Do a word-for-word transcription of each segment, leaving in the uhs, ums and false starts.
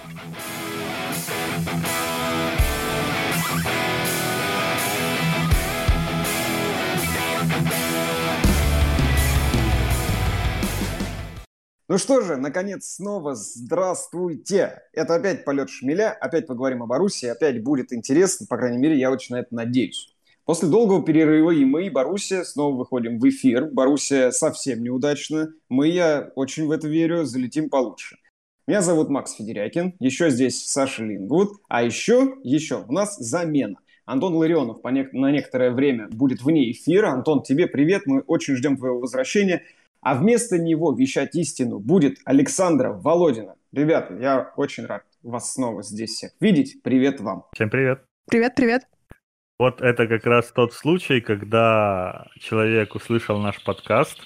Ну что же, наконец, снова здравствуйте. Это опять полет шмеля, опять поговорим о Боруссии, опять будет интересно, по крайней мере, я очень на это надеюсь. После долгого перерыва и мы, и Боруссия, снова выходим в эфир. Боруссия совсем неудачно. Мы, я очень в это верю, залетим получше. Меня зовут Макс Федерякин, еще здесь Саша Лингвуд, а еще, еще у нас замена. Антон Ларионов по не- на некоторое время будет вне эфира. Антон, тебе привет, мы очень ждем твоего возвращения. А вместо него вещать истину будет Александра Володина. Ребята, я очень рад вас снова здесь всех видеть. Привет вам. Всем привет. Привет, привет. Вот это как раз тот случай, когда человек услышал наш подкаст,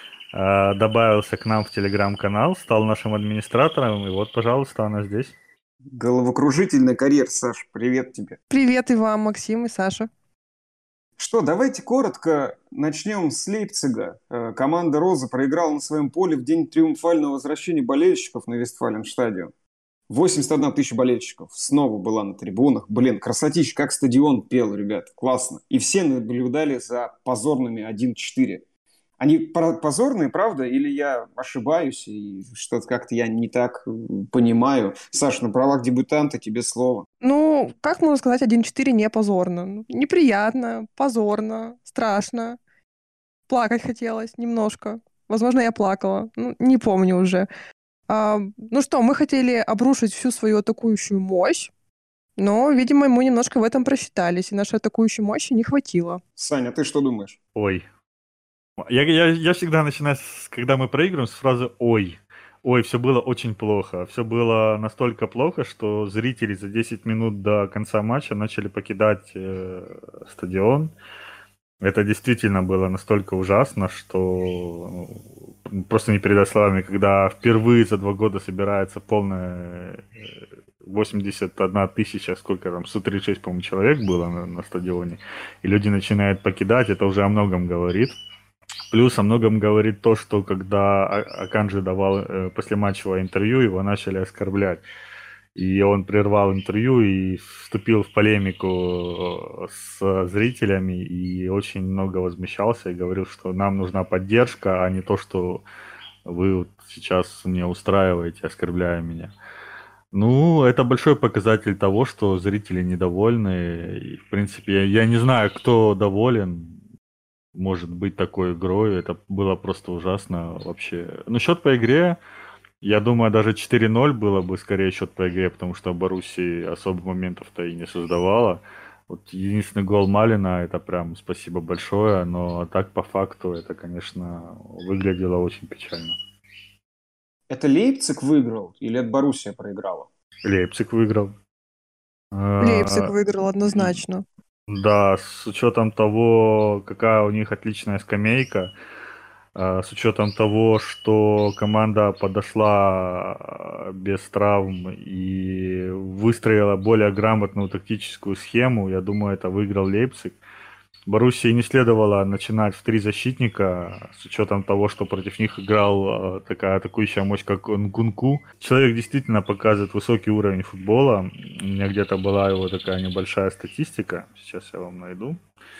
э, добавился к нам в телеграм-канал, стал нашим администратором, и вот, пожалуйста, она здесь. Головокружительный карьер, Саш, привет тебе. Привет и вам, Максим и Саша. Что, давайте коротко начнем с Лейпцига. Э, Команда «Роза» проиграла на своем поле в день триумфального возвращения болельщиков на Вестфаленштадион. восемьдесят одна тысяча болельщиков снова была на трибунах. Блин, красотища, как стадион пел, ребят, классно. И все наблюдали за позорными один-четыре. Они позорные, правда, или я ошибаюсь, и что-то как-то я не так понимаю? Саш, на правах дебютанта тебе слово. Ну, как можно сказать, один-четыре не позорно? Ну, неприятно, позорно, страшно. Плакать хотелось немножко. Возможно, я плакала. Ну, не помню уже. А, ну что, мы хотели обрушить всю свою атакующую мощь, но, видимо, мы немножко в этом просчитались, и нашей атакующей мощи не хватило. Саня, ты что думаешь? Ой. Я, я, я всегда начинаю, с, когда мы проигрываем, с фразы «Ой». Ой, все было очень плохо. Все было настолько плохо, что зрители за десять минут до конца матча начали покидать э, стадион. Это действительно было настолько ужасно, что ну, просто не передать словами, когда впервые за два года собирается полная восемьдесят одна тысяча, сколько там, сто тридцать шесть, по-моему, человек было на, на стадионе, и люди начинают покидать, это уже о многом говорит. Плюс о многом говорит то, что когда Аканджи давал э, послематчевое интервью, его начали оскорблять. И он прервал интервью и вступил в полемику с зрителями и очень много возмущался и говорил, что нам нужна поддержка, а не то, что вы вот сейчас меня устраиваете, оскорбляя меня. Ну, это большой показатель того, что зрители недовольны. И, в принципе, я, я не знаю, кто доволен. Может быть такой игрой. Это было просто ужасно вообще. Ну, счет по игре, я думаю, даже четыре ноль было бы скорее счет по игре, потому что Боруссия особо моментов-то и не создавала. Вот единственный гол Малина, это прям спасибо большое, но так по факту это, конечно, выглядело очень печально. Это Лейпциг выиграл или это Боруссия проиграла? Лейпциг выиграл. Лейпциг выиграл однозначно. Да, с учетом того, какая у них отличная скамейка, с учетом того, что команда подошла без травм и выстроила более грамотную тактическую схему, я думаю, это выиграл Лейпциг. Боруссии не следовало начинать в три защитника, с учетом того, что против них играл такая атакующая мощь, как Нкунку. Человек действительно показывает высокий уровень футбола. У меня где-то была его такая небольшая статистика. Сейчас я вам найду.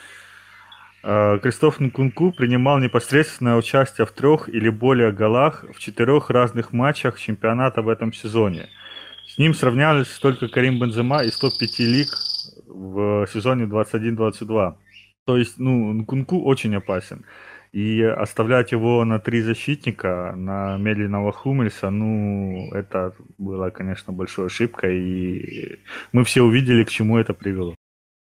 Кристоф Нкунку принимал непосредственное участие в трех или более голах в четырех разных матчах чемпионата в этом сезоне. С ним сравнялись только Карим Бензема из топ пяти лиг в сезоне двадцать один двадцать два. То есть, ну, Нкунку очень опасен. И оставлять его на три защитника, на медленного Хумельса, ну, это была, конечно, большой ошибкой. И мы все увидели, к чему это привело.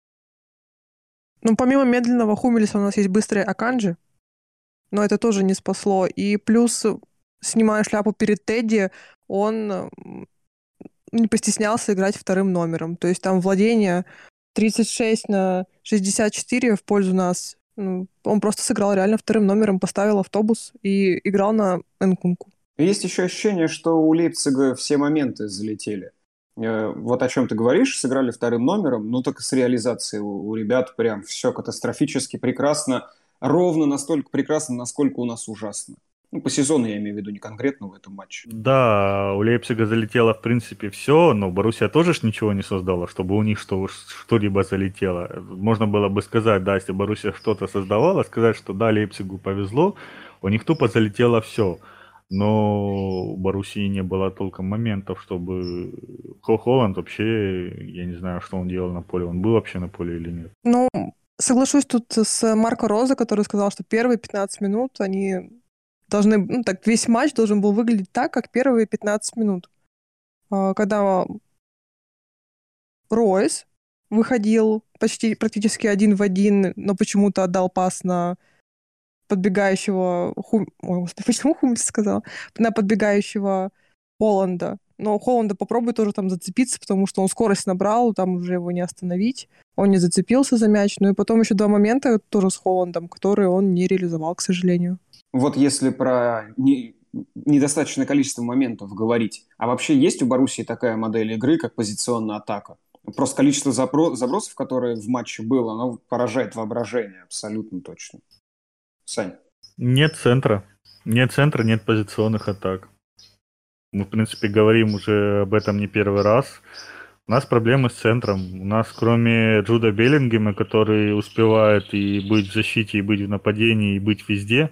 Ну, помимо медленного Хумельса у нас есть быстрый Аканджи, но это тоже не спасло. И плюс, снимая шляпу перед Тедди, он не постеснялся играть вторым номером. То есть там владение тридцать шесть на шестьдесят четыре в пользу нас. Ну, он просто сыграл реально вторым номером, поставил автобус и играл на Нкунку. Есть еще ощущение, что у Лейпцига все моменты залетели. Вот о чем ты говоришь, сыграли вторым номером, ну так и с реализацией у, у ребят прям все катастрофически прекрасно, ровно настолько прекрасно, насколько у нас ужасно. Ну, по сезону я имею в виду, не конкретно в этом матче. Да, у Лейпцига залетело, в принципе, все, но Боруссия тоже ж ничего не создала, чтобы у них что, что-либо залетело. Можно было бы сказать, да, если Боруссия что-то создавала, сказать, что да, Лейпцигу повезло, у них тупо залетело все. Но у Боруссии не было толком моментов, чтобы... Хо Холланд вообще, я не знаю, что он делал на поле. Он был вообще на поле или нет? Ну, соглашусь тут с Марко Роза, который сказал, что первые пятнадцать минут они должны... Ну, так, весь матч должен был выглядеть так, как первые пятнадцать минут. А, Когда Ройс выходил почти практически один в один, но почему-то отдал пас на подбегающего... Хум... Ой, господи, почему Хумельс сказала? На подбегающего Холланда. Но Холланда попробуй тоже там зацепиться, потому что он скорость набрал, там уже его не остановить. Он не зацепился за мяч. Ну и потом еще два момента тоже с Холландом, которые он не реализовал, к сожалению. Вот если про не- недостаточное количество моментов говорить, а вообще есть у Боруссии такая модель игры, как позиционная атака? Просто количество запро- забросов, которые в матче было, оно поражает воображение абсолютно точно. Сань. Нет центра. Нет центра, нет позиционных атак. Мы, в принципе, говорим уже об этом не первый раз. У нас проблемы с центром. У нас, кроме Джуда Беллингема, который успевает и быть в защите, и быть в нападении, и быть везде,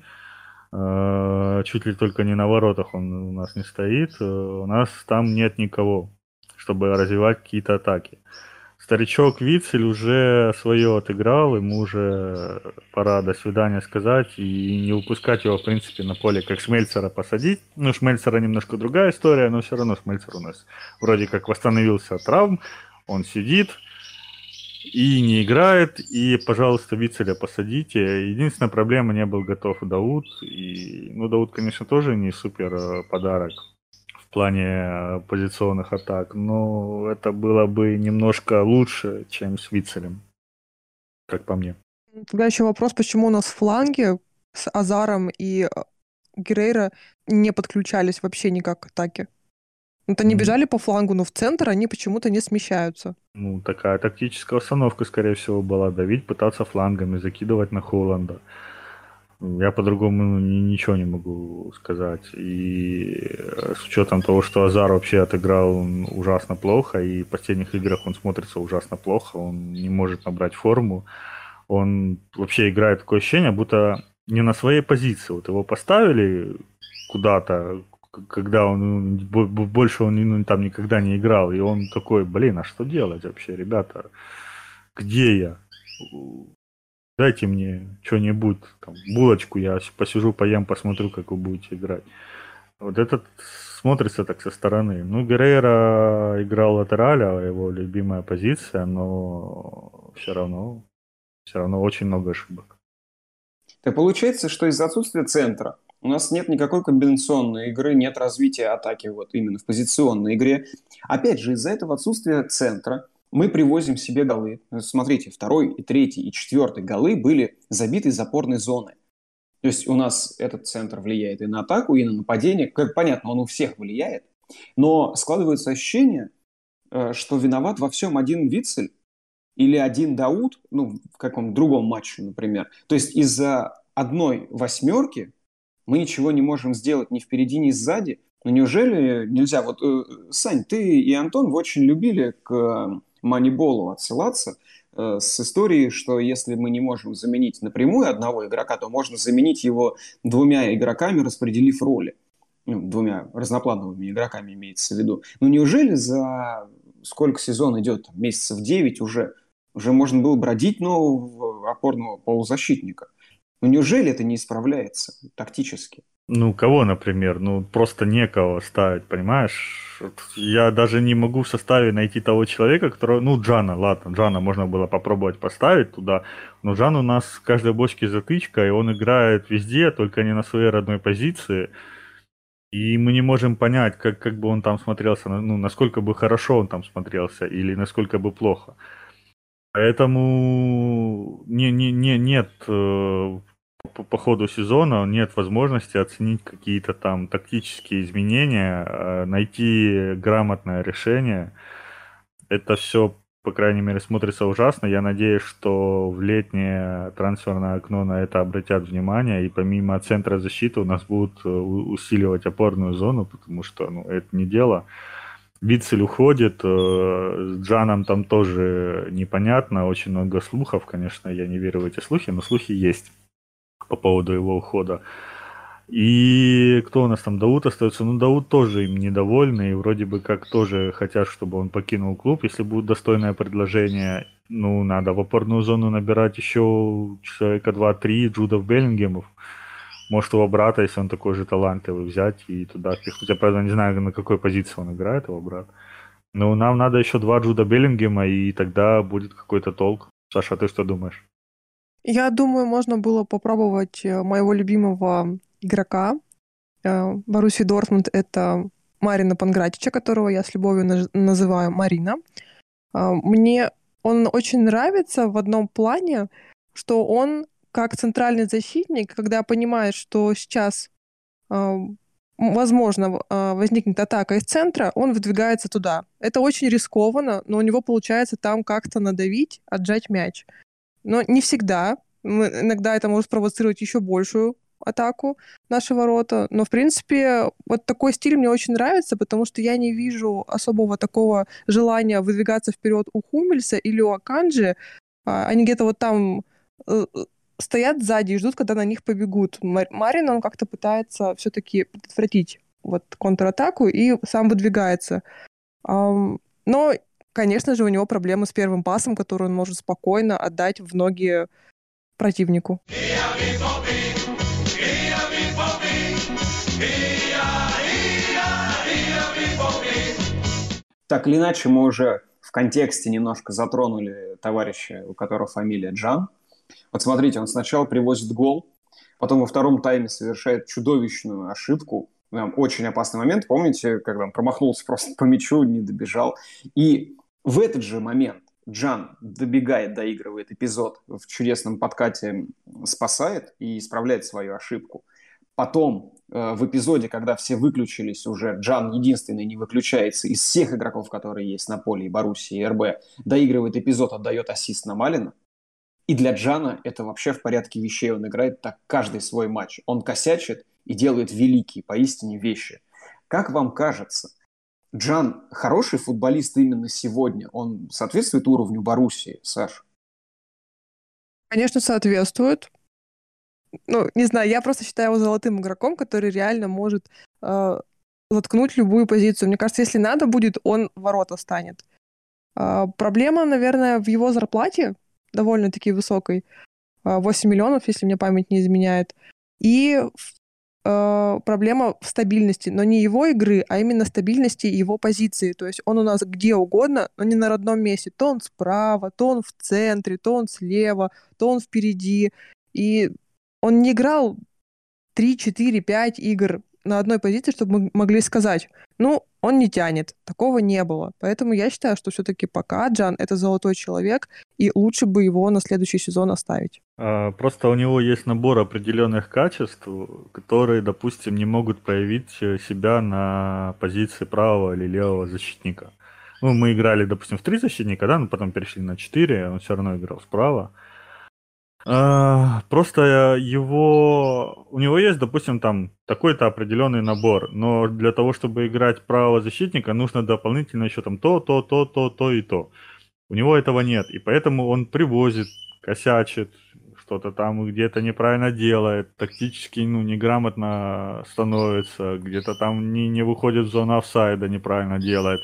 э, чуть ли только не на воротах он у нас не стоит, э, у нас там нет никого, чтобы развивать какие-то атаки. Старичок Вицель уже свое отыграл, ему уже пора до свидания сказать и не упускать его, в принципе, на поле, как Шмельцера посадить. Ну, Шмельцера немножко другая история, но все равно Шмельцер у нас вроде как восстановился от травм, он сидит и не играет, и, пожалуйста, Вицеля посадите. Единственная проблема, не был готов Дауд, и, ну, Дауд, конечно, тоже не супер э, подарок в плане э, позиционных атак, но это было бы немножко лучше, чем с Вицелем, как по мне. Тогда еще вопрос, почему у нас фланги с Азаром и э, Геррейро не подключались вообще никак к атаке. Вот они М, бежали по флангу, но в центр они почему-то не смещаются. Ну, такая тактическая установка, скорее всего, была. Давить, пытаться флангами, закидывать на Холланда. Я по-другому ну, ни- ничего не могу сказать. И э, с учетом того, что Азар вообще отыграл он ужасно плохо, и в последних играх он смотрится ужасно плохо, он не может набрать форму, он вообще играет такое ощущение, будто не на своей позиции. Вот его поставили куда-то, к- когда он ну, бо- бо- больше он ну, там никогда не играл, и он такой, блин, а что делать вообще, ребята? Где я? Дайте мне что-нибудь, там, булочку, я с- посижу, поем, посмотрю, как вы будете играть. Вот этот смотрится так со стороны. Ну, Геррейро играл латераля, его любимая позиция, но все равно, все равно очень много ошибок. Так получается, что из-за отсутствия центра у нас нет никакой комбинационной игры, нет развития атаки вот именно в позиционной игре. Опять же, из-за этого отсутствия центра мы привозим себе голы. Смотрите, второй, и третий, и четвертый голы были забиты из опорной зоны. То есть у нас этот центр влияет и на атаку, и на нападение. Как понятно, он у всех влияет. Но складывается ощущение, э, что виноват во всем один Вицель или один Дауд, ну, в каком-то другом матче, например. То есть из-за одной восьмерки мы ничего не можем сделать ни впереди, ни сзади. Но неужели нельзя? Вот, э, Сань, ты и Антон, вы очень любили к маниболу отсылаться э, с историей, что если мы не можем заменить напрямую одного игрока, то можно заменить его двумя игроками, распределив роли. Ну, двумя разноплановыми игроками имеется в виду. Ну, неужели за сколько сезон идет? Там, месяцев девять уже уже можно было бродить нового опорного полузащитника. Но неужели это не исправляется тактически? Ну, кого, например? Ну, просто некого ставить, понимаешь? Вот я даже не могу в составе найти того человека, которого... Ну, Джана, ладно, Джана можно было попробовать поставить туда, но Джан у нас в каждой бочке затычка, и он играет везде, только не на своей родной позиции. И мы не можем понять, как, как бы он там смотрелся, ну, насколько бы хорошо он там смотрелся, или насколько бы плохо. Поэтому не, не, не, нет э, по, по ходу сезона нет возможности оценить какие-то там тактические изменения, э, найти грамотное решение. Это все по крайней мере, смотрится ужасно. Я надеюсь, что в летнее трансферное окно на это обратят внимание, и помимо центра защиты у нас будут усиливать опорную зону, потому что, ну, это не дело. Вицель уходит, с Джаном там тоже непонятно, очень много слухов, конечно, я не верю в эти слухи, но слухи есть по поводу его ухода. И кто у нас там, Дауд остается? Ну, Дауд тоже им недовольный, и вроде бы как тоже хотят, чтобы он покинул клуб, если будет достойное предложение. Ну, надо в опорную зону набирать еще человека два-три Джудов Беллингемов. Может, его брата, если он такой же талантливый, взять и туда впихнуть. Я, правда, не знаю, на какой позиции он играет, его брат. Но нам надо еще два Джуда Беллингема, и тогда будет какой-то толк. Саша, а ты что думаешь? Я думаю, можно было попробовать моего любимого игрока Боруссии Дортмунд. Это Марина Пангратича, которого я с любовью наз- называю Марина. Мне он очень нравится в одном плане, что он как центральный защитник, когда понимает, что сейчас, возможно, возникнет атака из центра, он выдвигается туда. Это очень рискованно, но у него получается там как-то надавить, отжать мяч. Но не всегда. Иногда это может спровоцировать еще большую атаку в наши ворота. Но, в принципе, вот такой стиль мне очень нравится, потому что я не вижу особого такого желания выдвигаться вперед у Хумельса или у Аканджи. Они где-то вот там стоят сзади и ждут, когда на них побегут. Марин, он как-то пытается все-таки предотвратить вот контратаку и сам выдвигается. Но, конечно же, у него проблемы с первым пасом, который он может спокойно отдать в ноги противнику. Так или иначе, мы уже в контексте немножко затронули товарища, у которого фамилия Джан. Вот смотрите, он сначала привозит гол, потом во втором тайме совершает чудовищную ошибку. Там очень опасный момент, помните, когда он промахнулся просто по мячу, не добежал. И в этот же момент Джан добегает, доигрывает эпизод в чудесном подкате, спасает и исправляет свою ошибку. Потом э, в эпизоде, когда все выключились уже, Джан единственный не выключается из всех игроков, которые есть на поле, и Боруссии, и эр бэ, доигрывает эпизод, отдает ассист на Малина. И для Джана это вообще в порядке вещей. Он играет так каждый свой матч. Он косячит и делает великие, поистине, вещи. Как вам кажется, Джан хороший футболист именно сегодня? Он соответствует уровню Боруссии, Саш? Конечно, соответствует. Ну, не знаю, я просто считаю его золотым игроком, который реально может э, заткнуть любую позицию. Мне кажется, если надо будет, он в ворота станет. Э, проблема, наверное, в его зарплате, довольно-таки высокой. восемь миллионов, если мне память не изменяет. И э, проблема в стабильности. Но не его игры, а именно стабильности его позиции. То есть он у нас где угодно, но не на родном месте. То он справа, то он в центре, то он слева, то он впереди. И он не играл три, четыре, пять игр на одной позиции, чтобы мы могли сказать, ну, он не тянет. Такого не было. Поэтому я считаю, что все-таки пока Джан — это золотой человек, и лучше бы его на следующий сезон оставить. А, просто у него есть набор определенных качеств, которые, допустим, не могут проявить себя на позиции правого или левого защитника. Ну, мы играли, допустим, в три защитника, да, но потом перешли на четыре, он все равно играл справа. А, просто его... У него есть, допустим, там такой-то определенный набор, но для того, чтобы играть правого защитника, нужно дополнительно еще там то, то, то, то, то и то. У него этого нет, и поэтому он привозит, косячит, что-то там где-то неправильно делает, тактически, ну, неграмотно становится, где-то там не, не выходит в зону офсайда, неправильно делает.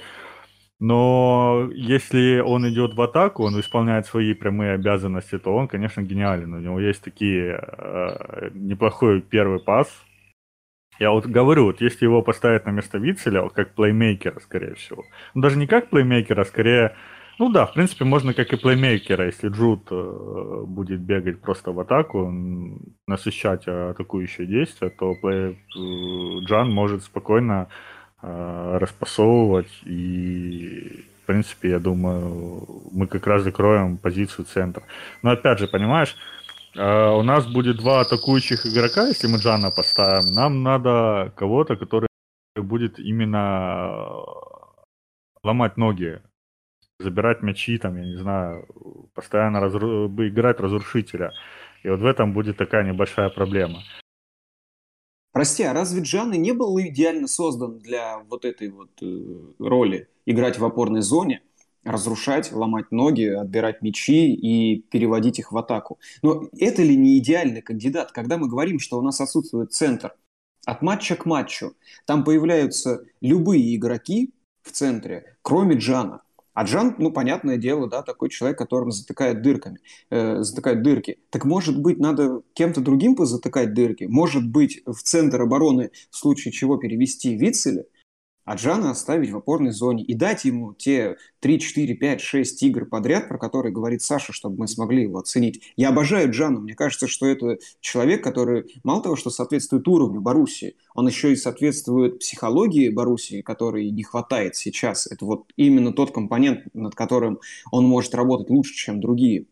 Но если он идет в атаку, он исполняет свои прямые обязанности, то он, конечно, гениален. У него есть такие э, неплохой первый пас. Я вот говорю, вот если его поставить на место Вицеля, вот как плеймейкера, скорее всего. Ну, даже не как плеймейкера, а скорее... Ну да, в принципе, можно как и плеймейкера, если Джуд э, будет бегать просто в атаку, насыщать атакующие действия, то плей, э, Джан может спокойно э, распасовывать, и, в принципе, я думаю, мы как раз закроем позицию центра. Но опять же, понимаешь, э, у нас будет два атакующих игрока, если мы Джана поставим, нам надо кого-то, который будет именно ломать ноги забирать мячи, там, я не знаю, постоянно разру... играть разрушителя. И вот в этом будет такая небольшая проблема. Прости, а разве Джан и не был идеально создан для вот этой вот э, роли? Играть в опорной зоне, разрушать, ломать ноги, отбирать мячи и переводить их в атаку. Но это ли не идеальный кандидат? Когда мы говорим, что у нас отсутствует центр, от матча к матчу там появляются любые игроки в центре, кроме Джана. А Джан, ну, понятное дело, да, такой человек, которым затыкают дырками, э, затыкают дырки. Так может быть, надо кем-то другим позатыкать дырки? Может быть, в центр обороны в случае чего перевести Вицеля, а Джана оставить в опорной зоне и дать ему те три, четыре, пять, шесть игр подряд, про которые говорит Саша, чтобы мы смогли его оценить. Я обожаю Джана. Мне кажется, что это человек, который мало того, что соответствует уровню Боруссии, он еще и соответствует психологии Боруссии, которой не хватает сейчас. Это вот именно тот компонент, над которым он может работать лучше, чем другие.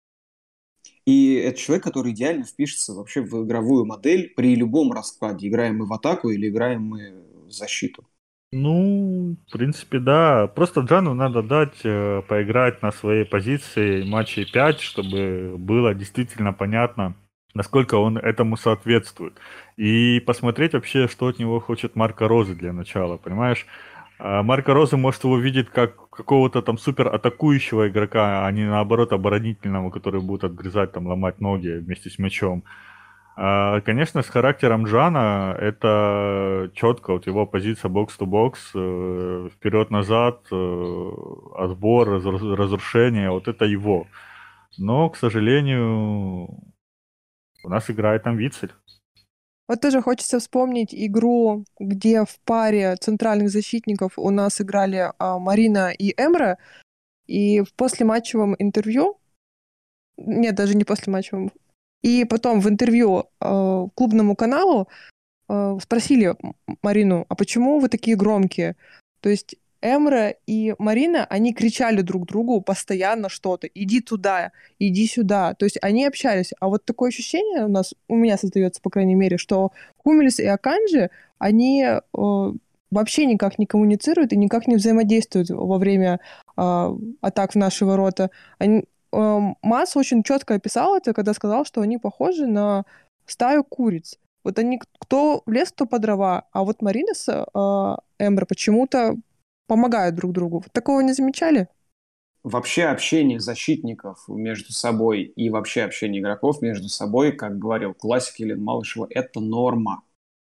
И это человек, который идеально впишется вообще в игровую модель при любом раскладе. Играем мы в атаку или играем мы в защиту. Ну, в принципе, да. Просто Джану надо дать э, поиграть на своей позиции матчей пять, чтобы было действительно понятно, насколько он этому соответствует. И посмотреть вообще, что от него хочет Марко Розе для начала, понимаешь? А Марко Розе может его видеть как какого-то там супер атакующего игрока, а не наоборот оборонительного, который будет отгрызать, там, ломать ноги вместе с мячом. А, Конечно, с характером Джана это четко, вот его позиция бокс-то-бокс, э, вперед-назад, э, отбор, разру- разрушение, вот это его. Но, к сожалению, у нас играет там Вицель. Вот тоже хочется вспомнить игру, где в паре центральных защитников у нас играли а, Марина и Эмре, и в послематчевом интервью, нет, даже не послематчевом, и потом в интервью э, клубному каналу э, спросили М- Марину, а почему вы такие громкие? То есть Эмре и Марина, они кричали друг другу постоянно что-то. Иди туда, иди сюда. То есть они общались. А вот такое ощущение у нас, у меня создается, по крайней мере, что Хумельс и Аканджи, они э, вообще никак не коммуницируют и никак не взаимодействуют во время э, атак в наши ворота. Они, э, Мас очень четко описал это, когда сказал, что они похожи на стаю куриц. Вот они, кто в лес, кто по дрова. А вот Марина с э, Эмбер почему-то помогают друг другу. Вы такого не замечали? Вообще общение защитников между собой и вообще общение игроков между собой, как говорил классик Елена Малышева, это норма.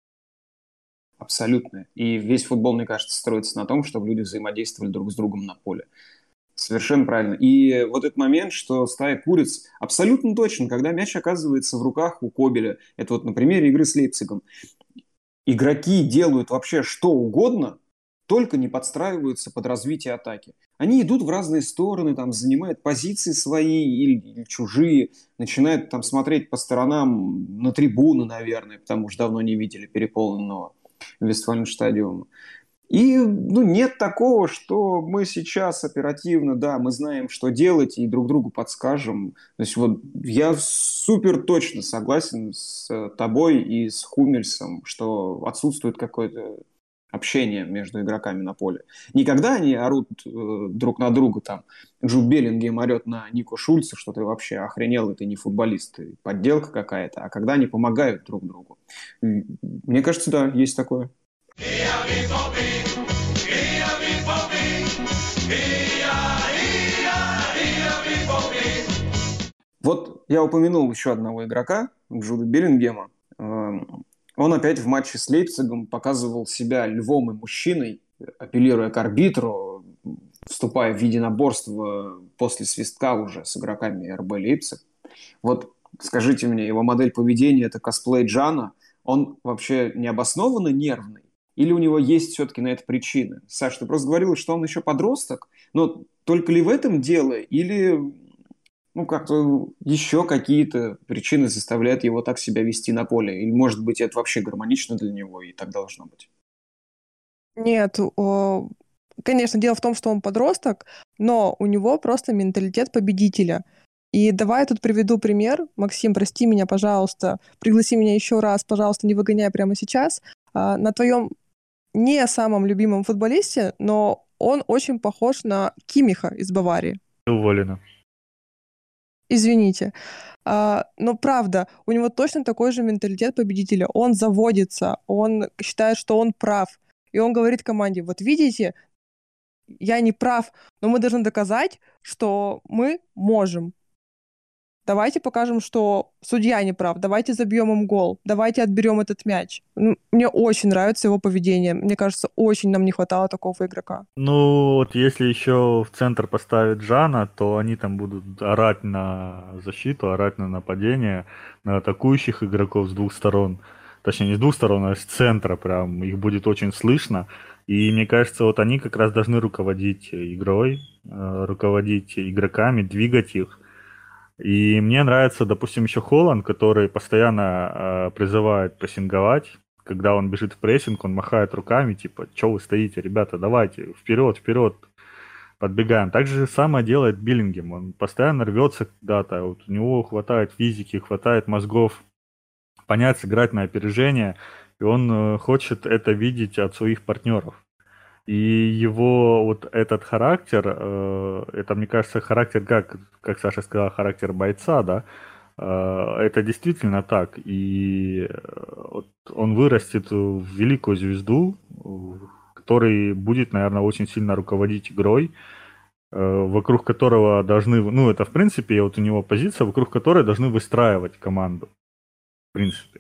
Абсолютно. И весь футбол, мне кажется, строится на том, чтобы люди взаимодействовали друг с другом на поле. Совершенно правильно. И вот этот момент, что стая куриц, абсолютно точно, когда мяч оказывается в руках у Кобеля, это вот на примере игры с Лейпцигом, игроки делают вообще что угодно, только не подстраиваются под развитие атаки. Они идут в разные стороны, там, занимают позиции свои или, или чужие, начинают там смотреть по сторонам на трибуны, наверное, потому что давно не видели переполненного Вестфаленстадиума. И ну, нет такого, что мы сейчас оперативно, да, мы знаем, что делать, и друг другу подскажем. То есть вот я супер точно согласен с тобой и с Хумельсом, что отсутствует какое-то общение между игроками на поле. Не когда они орут э, друг на друга, там, Джуд Беллингем орет на Нико Шульца, что ты вообще охренел, это не футболист, это подделка какая-то, а когда они помогают друг другу. Мне кажется, да, есть такое. Вот я упомянул еще одного игрока, Джуда Беллингема. Он опять в матче с Лейпцигом показывал себя львом и мужчиной, апеллируя к арбитру, вступая в единоборство после свистка уже с игроками эр бэ Лейпциг. Вот скажите мне, его модель поведения – это косплей Джана. Он вообще необоснованно нервный? Или у него есть все-таки на это причины? Саш, ты просто говорила, что он еще подросток, но только ли в этом дело? Или ну, как-то еще какие-то причины заставляют его так себя вести на поле? Или, может быть, это вообще гармонично для него, и так должно быть? Нет, о, конечно, дело в том, что он подросток, но у него просто менталитет победителя. И давай я тут приведу пример. Максим, прости меня, пожалуйста, пригласи меня еще раз, пожалуйста, не выгоняй прямо сейчас. А, на твоем не самом любимом футболисте, но он очень похож на Кимиха из Баварии. Уволено. Извините. А, но правда, у него точно такой же менталитет победителя. Он заводится, он считает, что он прав. И он говорит команде, вот видите, я не прав, но мы должны доказать, что мы можем. Давайте покажем, что судья не прав, давайте забьем им гол, давайте отберем этот мяч. Ну, мне очень нравится его поведение. Мне кажется, очень нам не хватало такого игрока. Ну, вот если еще в центр поставить Жана, то они там будут орать на защиту, орать на нападение, на атакующих игроков с двух сторон. Точнее, не с двух сторон, а с центра прям. Их будет очень слышно. И мне кажется, вот они как раз должны руководить игрой, э, руководить игроками, двигать их. И мне нравится, допустим, еще Холланд, который постоянно э, призывает прессинговать. Когда он бежит в прессинг, он махает руками, типа, что вы стоите, ребята, давайте, вперед, вперед, подбегаем. Так же самое делает Биллингем. Он постоянно рвется куда-то, вот у него хватает физики, хватает мозгов понять, сыграть на опережение, и он э, хочет это видеть от своих партнеров. И его вот этот характер, э, это, мне кажется, характер, как, как Саша сказала, характер бойца, да, э, это действительно так. И э, вот он вырастет в великую звезду, который будет, наверное, очень сильно руководить игрой, э, вокруг которого должны, ну, это, в принципе, вот у него позиция, вокруг которой должны выстраивать команду, в принципе.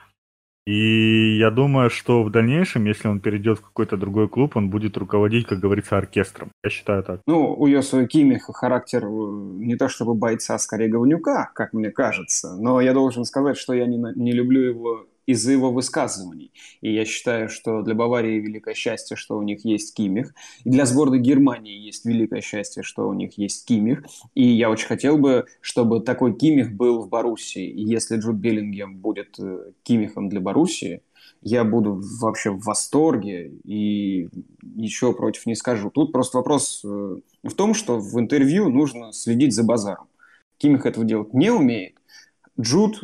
И я думаю, что в дальнейшем, если он перейдет в какой-то другой клуб, он будет руководить, как говорится, оркестром. Я считаю так. Ну, у Йосуа Кимиха характер не то чтобы бойца, а скорее говнюка, как мне кажется. Но я должен сказать, что я не, не люблю его из-за его высказываний. И я считаю, что для Баварии великое счастье, что у них есть Кимих. И для сборной Германии есть великое счастье, что у них есть Кимих. И я очень хотел бы, чтобы такой Кимих был в Боруссии. И если Джуд Беллингем будет Кимихом для Боруссии, я буду вообще в восторге и ничего против не скажу. Тут просто вопрос в том, что в интервью нужно следить за базаром. Кимих этого делать не умеет. Джуд...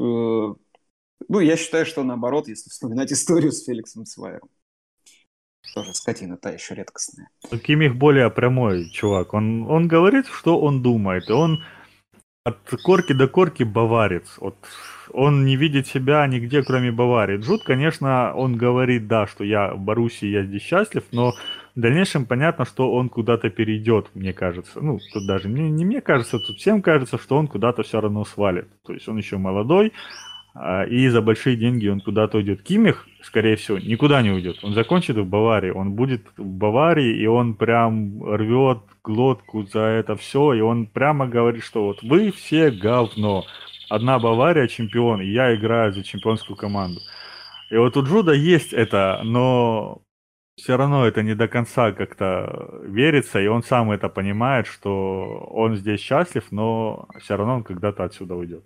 Ну, я считаю, что наоборот, если вспоминать историю с Феликсом Свайером. Тоже скотина та еще редкостная. Кимих более прямой чувак. Он, он говорит, что он думает. И он от корки до корки баварец. Вот он не видит себя нигде, кроме Баварии. Джуд, конечно, он говорит, да, что я в Боруссии, я здесь счастлив, но в дальнейшем понятно, что он куда-то перейдет, мне кажется. Ну, тут даже не, не мне кажется, тут всем кажется, что он куда-то все равно свалит. То есть он еще молодой, и за большие деньги он куда-то уйдет. Кимих, скорее всего, никуда не уйдет. Он закончит в Баварии. Он будет в Баварии, и он прям рвет глотку за это все. И он прямо говорит, что вот вы все говно. Одна Бавария чемпион, и я играю за чемпионскую команду. И вот у Джуда есть это, но все равно это не до конца как-то верится, и он сам это понимает, что он здесь счастлив, но все равно он когда-то отсюда уйдет.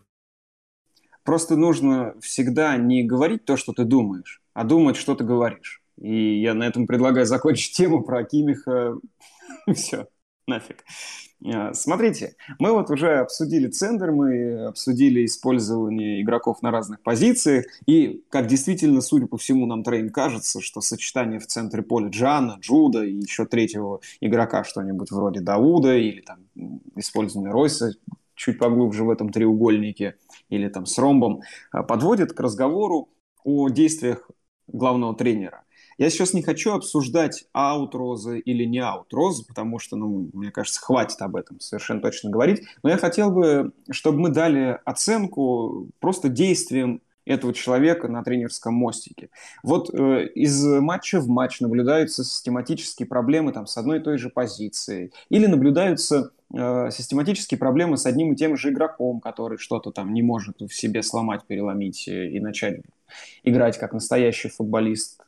Просто нужно всегда не говорить то, что ты думаешь, а думать, что ты говоришь. И я на этом предлагаю закончить тему про Кимиха. Все, нафиг. Смотрите, мы вот уже обсудили центр, мы обсудили использование игроков на разных позициях. И, как действительно, судя по всему, нам троим кажется, что сочетание в центре поля Джана, Джуда и еще третьего игрока, что-нибудь вроде Дауда, или там использование Ройса чуть поглубже в этом треугольнике, или там с ромбом, подводит к разговору о действиях главного тренера. Я сейчас не хочу обсуждать аут Розы или не аут Розы, потому что, ну, мне кажется, хватит об этом совершенно точно говорить. Но я хотел бы, чтобы мы дали оценку просто действиям этого человека на тренерском мостике. Вот э, из матча в матч наблюдаются систематические проблемы там, с одной и той же позицией. Или наблюдаются э, систематические проблемы с одним и тем же игроком, который что-то там не может в себе сломать, переломить и начать играть как настоящий футболист.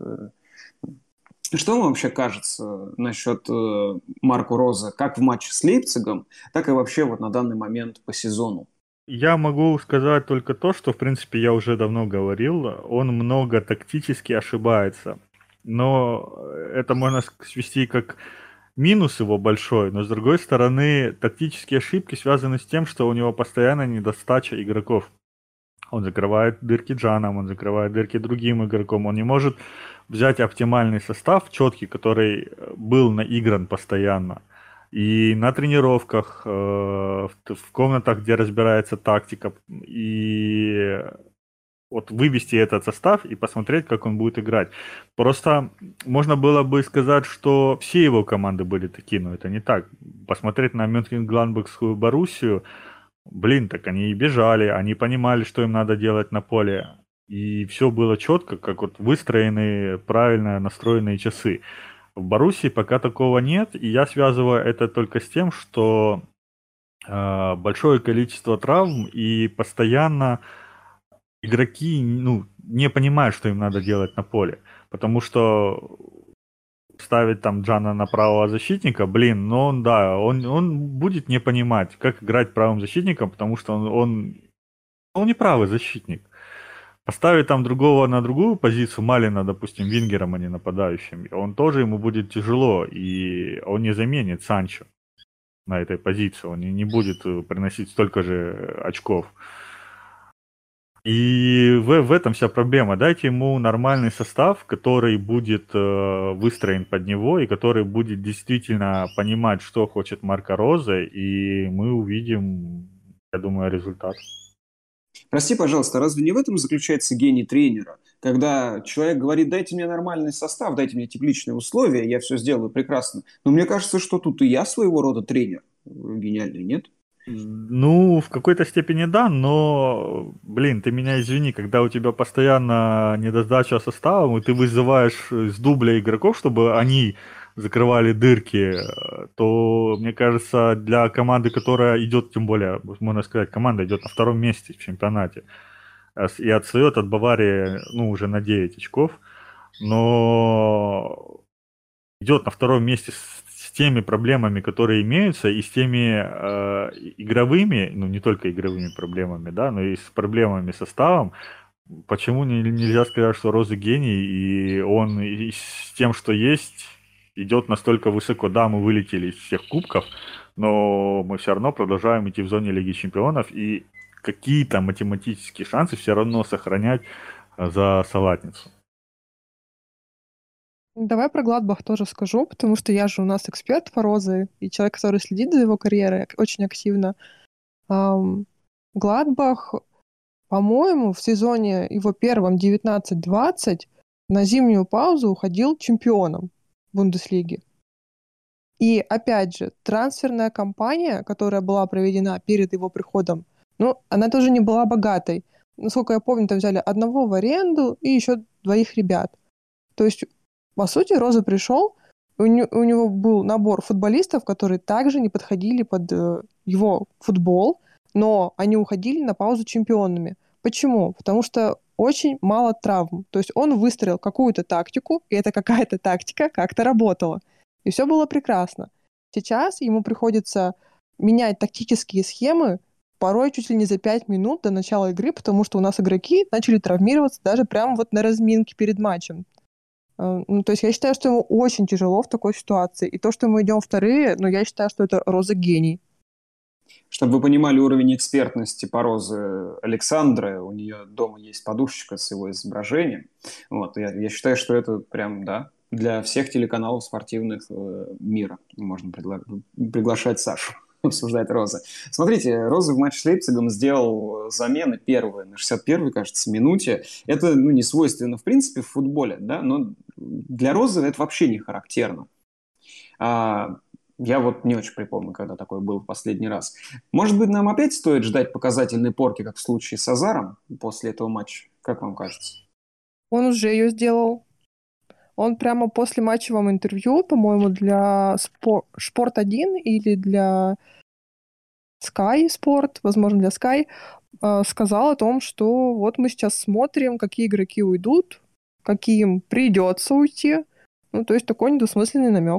Что вам вообще кажется насчет э, Марко Роза как в матче с Лейпцигом, так и вообще вот на данный момент по сезону? Я могу сказать только то, что, в принципе, я уже давно говорил, он много тактически ошибается. Но это можно свести как минус его большой, но, с другой стороны, тактические ошибки связаны с тем, что у него постоянно недостача игроков. Он закрывает дырки Джаном, он закрывает дырки другим игроком. Он не может взять оптимальный состав, четкий, который был наигран постоянно. И на тренировках, э, в, в комнатах, где разбирается тактика, и вот вывести этот состав и посмотреть, как он будет играть. Просто можно было бы сказать, что все его команды были такие, но это не так. Посмотреть на Мönchengladbachскую Боруссию, блин, так они и бежали, они понимали, что им надо делать на поле. И все было четко, как вот выстроенные, правильно настроенные часы. В Боруссии пока такого нет, и я связываю это только с тем, что э, большое количество травм и постоянно игроки ну, не понимают, что им надо делать на поле. Потому что ставить там Джана на правого защитника, блин, ну он, да, он, он будет не понимать, как играть правым защитником, потому что он, он, он не правый защитник. Поставить там другого на другую позицию, Малина, допустим, вингером, а не нападающим, он тоже ему будет тяжело, и он не заменит Санчо на этой позиции, он не будет приносить столько же очков. И в, в этом вся проблема. Дайте ему нормальный состав, который будет э, выстроен под него и который будет действительно понимать, что хочет Марко Розе, и мы увидим, я думаю, результат. Прости, пожалуйста, разве не в этом заключается гений тренера? Когда человек говорит, дайте мне нормальный состав, дайте мне тепличные условия, я все сделаю прекрасно. Но мне кажется, что тут и я своего рода тренер. Гениальный, нет? Ну, в какой-то степени да, но, блин, ты меня извини, когда у тебя постоянно недосдача состава, и ты вызываешь с дубля игроков, чтобы они закрывали дырки, то, мне кажется, для команды, которая идет, тем более, можно сказать, команда идет на втором месте в чемпионате и отстает от Баварии, ну, уже на девять очков, но идет на втором месте с с теми проблемами, которые имеются, и с теми э, игровыми, ну не только игровыми проблемами, да, но и с проблемами составом. Почему не, нельзя сказать, что Роза гений, и он и с тем, что есть, идет настолько высоко. Да, мы вылетели из всех кубков, но мы все равно продолжаем идти в зоне Лиги Чемпионов, и какие-то математические шансы все равно сохранять за салатницу. Давай про Гладбах тоже скажу, потому что я же у нас эксперт по Розе и человек, который следит за его карьерой очень активно. Ам, Гладбах, по-моему, в сезоне его первом девятнадцать двадцать на зимнюю паузу уходил чемпионом Бундеслиги. И опять же, трансферная кампания, которая была проведена перед его приходом, ну, она тоже не была богатой. Насколько я помню, там взяли одного в аренду и еще двоих ребят. То есть по сути, Роза пришел, у, не, у него был набор футболистов, которые также не подходили под э, его футбол, но они уходили на паузу чемпионами. Почему? Потому что очень мало травм. То есть он выстроил какую-то тактику, и эта какая-то тактика как-то работала. И все было прекрасно. Сейчас ему приходится менять тактические схемы порой чуть ли не за пять минут до начала игры, потому что у нас игроки начали травмироваться даже прямо вот на разминке перед матчем. Ну, то есть я считаю, что ему очень тяжело в такой ситуации. И то, что мы идем вторые, ну, я считаю, что это Роза гений. Чтобы вы понимали уровень экспертности по Розе Александры, у нее дома есть подушечка с его изображением. Вот, я, я считаю, что это прям, да, для всех телеканалов спортивных э, мира можно пригла- приглашать Сашу обсуждать Розы. Смотрите, Роза в матче с Лейпцигом сделал замены первые на шестьдесят первой, кажется, минуте. Это, ну, не свойственно, в принципе, в футболе, да, но для Розы это вообще не характерно. А, я вот не очень припомню, когда такое было в последний раз. Может быть, нам опять стоит ждать показательной порки, как в случае с Азаром после этого матча? Как вам кажется? Он уже ее сделал. Он прямо после матчевого интервью, по-моему, для Спорт один или для Sky Sport, возможно, для Sky, сказал о том, что вот мы сейчас смотрим, какие игроки уйдут, каким придется уйти. Ну, то есть такой недвусмысленный намек.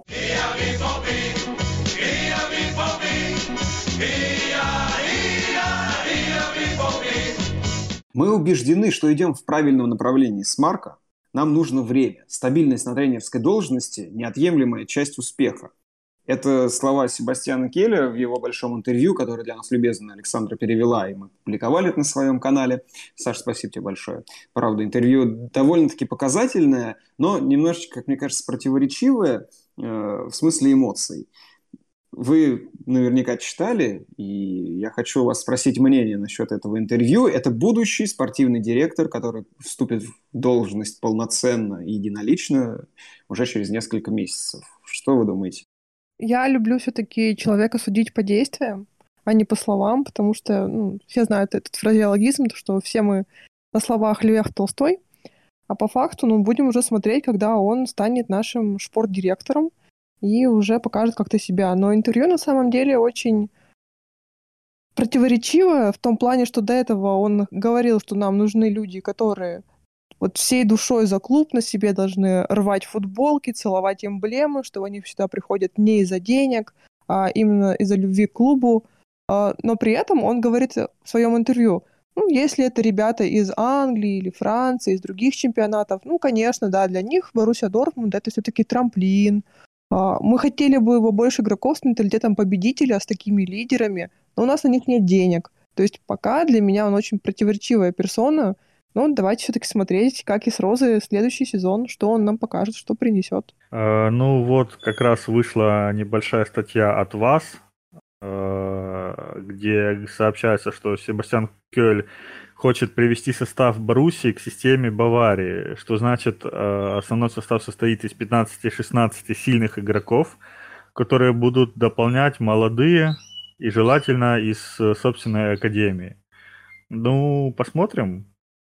Мы убеждены, что идем в правильном направлении с Марко. Нам нужно время. Стабильность на тренерской должности – неотъемлемая часть успеха. Это слова Себастьяна Келля в его большом интервью, которое для нас любезно Александра перевела, и мы публиковали это на своем канале. Саш, спасибо тебе большое. Правда, интервью довольно-таки показательное, но немножечко, как мне кажется, противоречивое э, в смысле эмоций. Вы наверняка читали, и я хочу вас спросить мнение насчет этого интервью. Это будущий спортивный директор, который вступит в должность полноценно и единолично уже через несколько месяцев. Что вы думаете? Я люблю все-таки человека судить по действиям, а не по словам, потому что ну, все знают этот фразеологизм, то, что все мы на словах Лев Толстой, а по факту ну, будем уже смотреть, когда он станет нашим спортдиректором и уже покажет как-то себя. Но интервью на самом деле очень противоречивое в том плане, что до этого он говорил, что нам нужны люди, которые вот всей душой за клуб на себе должны рвать футболки, целовать эмблемы, что они сюда приходят не из-за денег, а именно из-за любви к клубу. Но при этом он говорит в своем интервью, ну, если это ребята из Англии или Франции, из других чемпионатов, ну, конечно, да, для них Боруссия Дортмунд это все-таки трамплин. Мы хотели бы его больше игроков с менталитетом победителя, с такими лидерами, но у нас на них нет денег. То есть пока для меня он очень противоречивая персона. Ну, давайте все-таки смотреть, как из Розы следующий сезон, что он нам покажет, что принесет. Э, ну вот как раз вышла небольшая статья от вас, э, где сообщается, что Себастьян Кёль хочет привести состав Боруссии к системе Баварии, что значит э, основной состав состоит из пятнадцати-шестнадцати сильных игроков, которые будут дополнять молодые и желательно из собственной академии. Ну, посмотрим,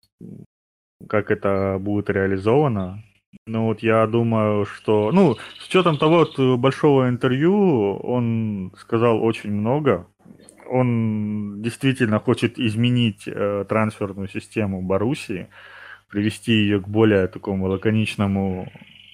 как это будет реализовано. Ну вот я думаю, что... Ну, с учетом того вот большого интервью, он сказал очень много. Он действительно хочет изменить э, трансферную систему Боруссии, привести ее к более такому лаконичному...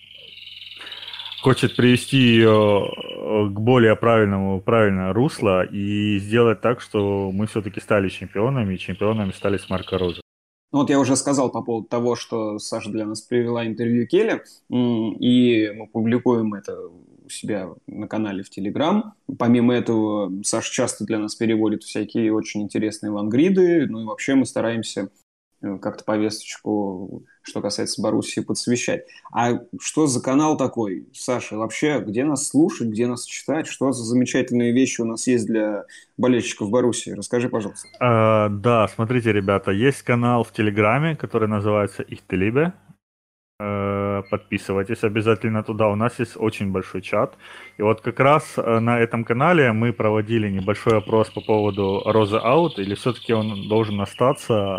Хочет привести ее к более правильному, правильное русло и сделать так, что мы все-таки стали чемпионами, и чемпионами стали с Марко Розе. Ну, вот я уже сказал по поводу того, что Саша для нас привела интервью Келли, и мы публикуем это у себя на канале в Телеграм. Помимо этого, Саша часто для нас переводит всякие очень интересные лангриды, ну и вообще мы стараемся как-то повесточку, что касается Боруссии, подсвещать. А что за канал такой, Саша? Вообще, где нас слушать, где нас читать? Что за замечательные вещи у нас есть для болельщиков Боруссии? Расскажи, пожалуйста. А, да, смотрите, ребята, есть канал в Телеграме, который называется «Ich te liebe». Подписывайтесь обязательно туда. У нас есть очень большой чат. И вот как раз на этом канале мы проводили небольшой опрос по поводу Розы аут, или все-таки он должен остаться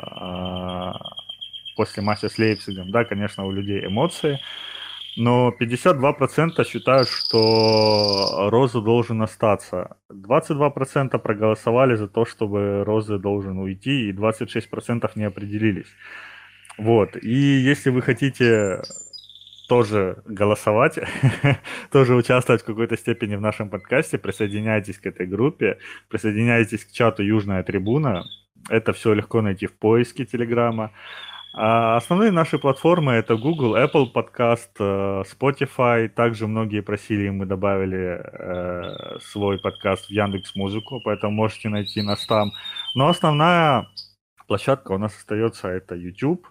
после матча с Лейпцигом. Да, конечно, у людей эмоции, но пятьдесят два процента считают, что Роза должен остаться. двадцать два процента проголосовали за то, чтобы Роза должен уйти, и двадцать шесть процентов не определились. Вот, и если вы хотите тоже голосовать, тоже участвовать в какой-то степени в нашем подкасте, присоединяйтесь к этой группе, присоединяйтесь к чату «Южная трибуна». Это все легко найти в поиске Телеграма. А основные наши платформы — это Google, Apple Podcast, Spotify. Также многие просили, мы добавили э, свой подкаст в Яндекс.Музыку, поэтому можете найти нас там. Но основная площадка у нас остается — это YouTube.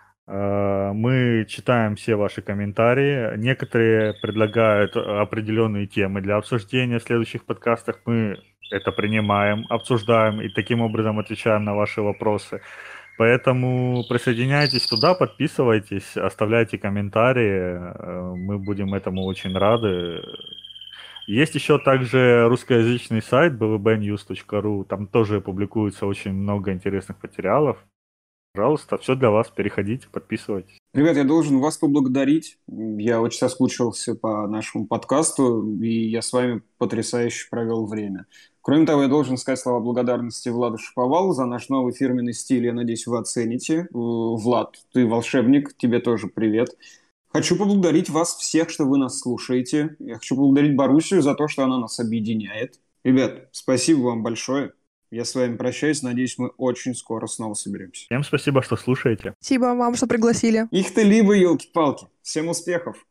Мы читаем все ваши комментарии. Некоторые предлагают определенные темы для обсуждения в следующих подкастах. Мы это принимаем, обсуждаем и таким образом отвечаем на ваши вопросы. Поэтому присоединяйтесь туда, подписывайтесь, оставляйте комментарии. Мы будем этому очень рады. Есть еще также русскоязычный сайт би ви би ньюс точка ру. Там тоже публикуется очень много интересных материалов. Пожалуйста, все для вас. Переходите, подписывайтесь. Ребят, я должен вас поблагодарить. Я очень соскучился по нашему подкасту, и я с вами потрясающе провел время. Кроме того, я должен сказать слова благодарности Владу Шаповалу за наш новый фирменный стиль. Я надеюсь, вы оцените. Влад, ты волшебник, тебе тоже привет. Хочу поблагодарить вас всех, что вы нас слушаете. Я хочу поблагодарить Боруссию за то, что она нас объединяет. Ребят, спасибо вам большое. Я с вами прощаюсь. Надеюсь, мы очень скоро снова соберемся. Всем спасибо, что слушаете. Спасибо вам, что пригласили. Их ты либо, елки-палки. Всем успехов.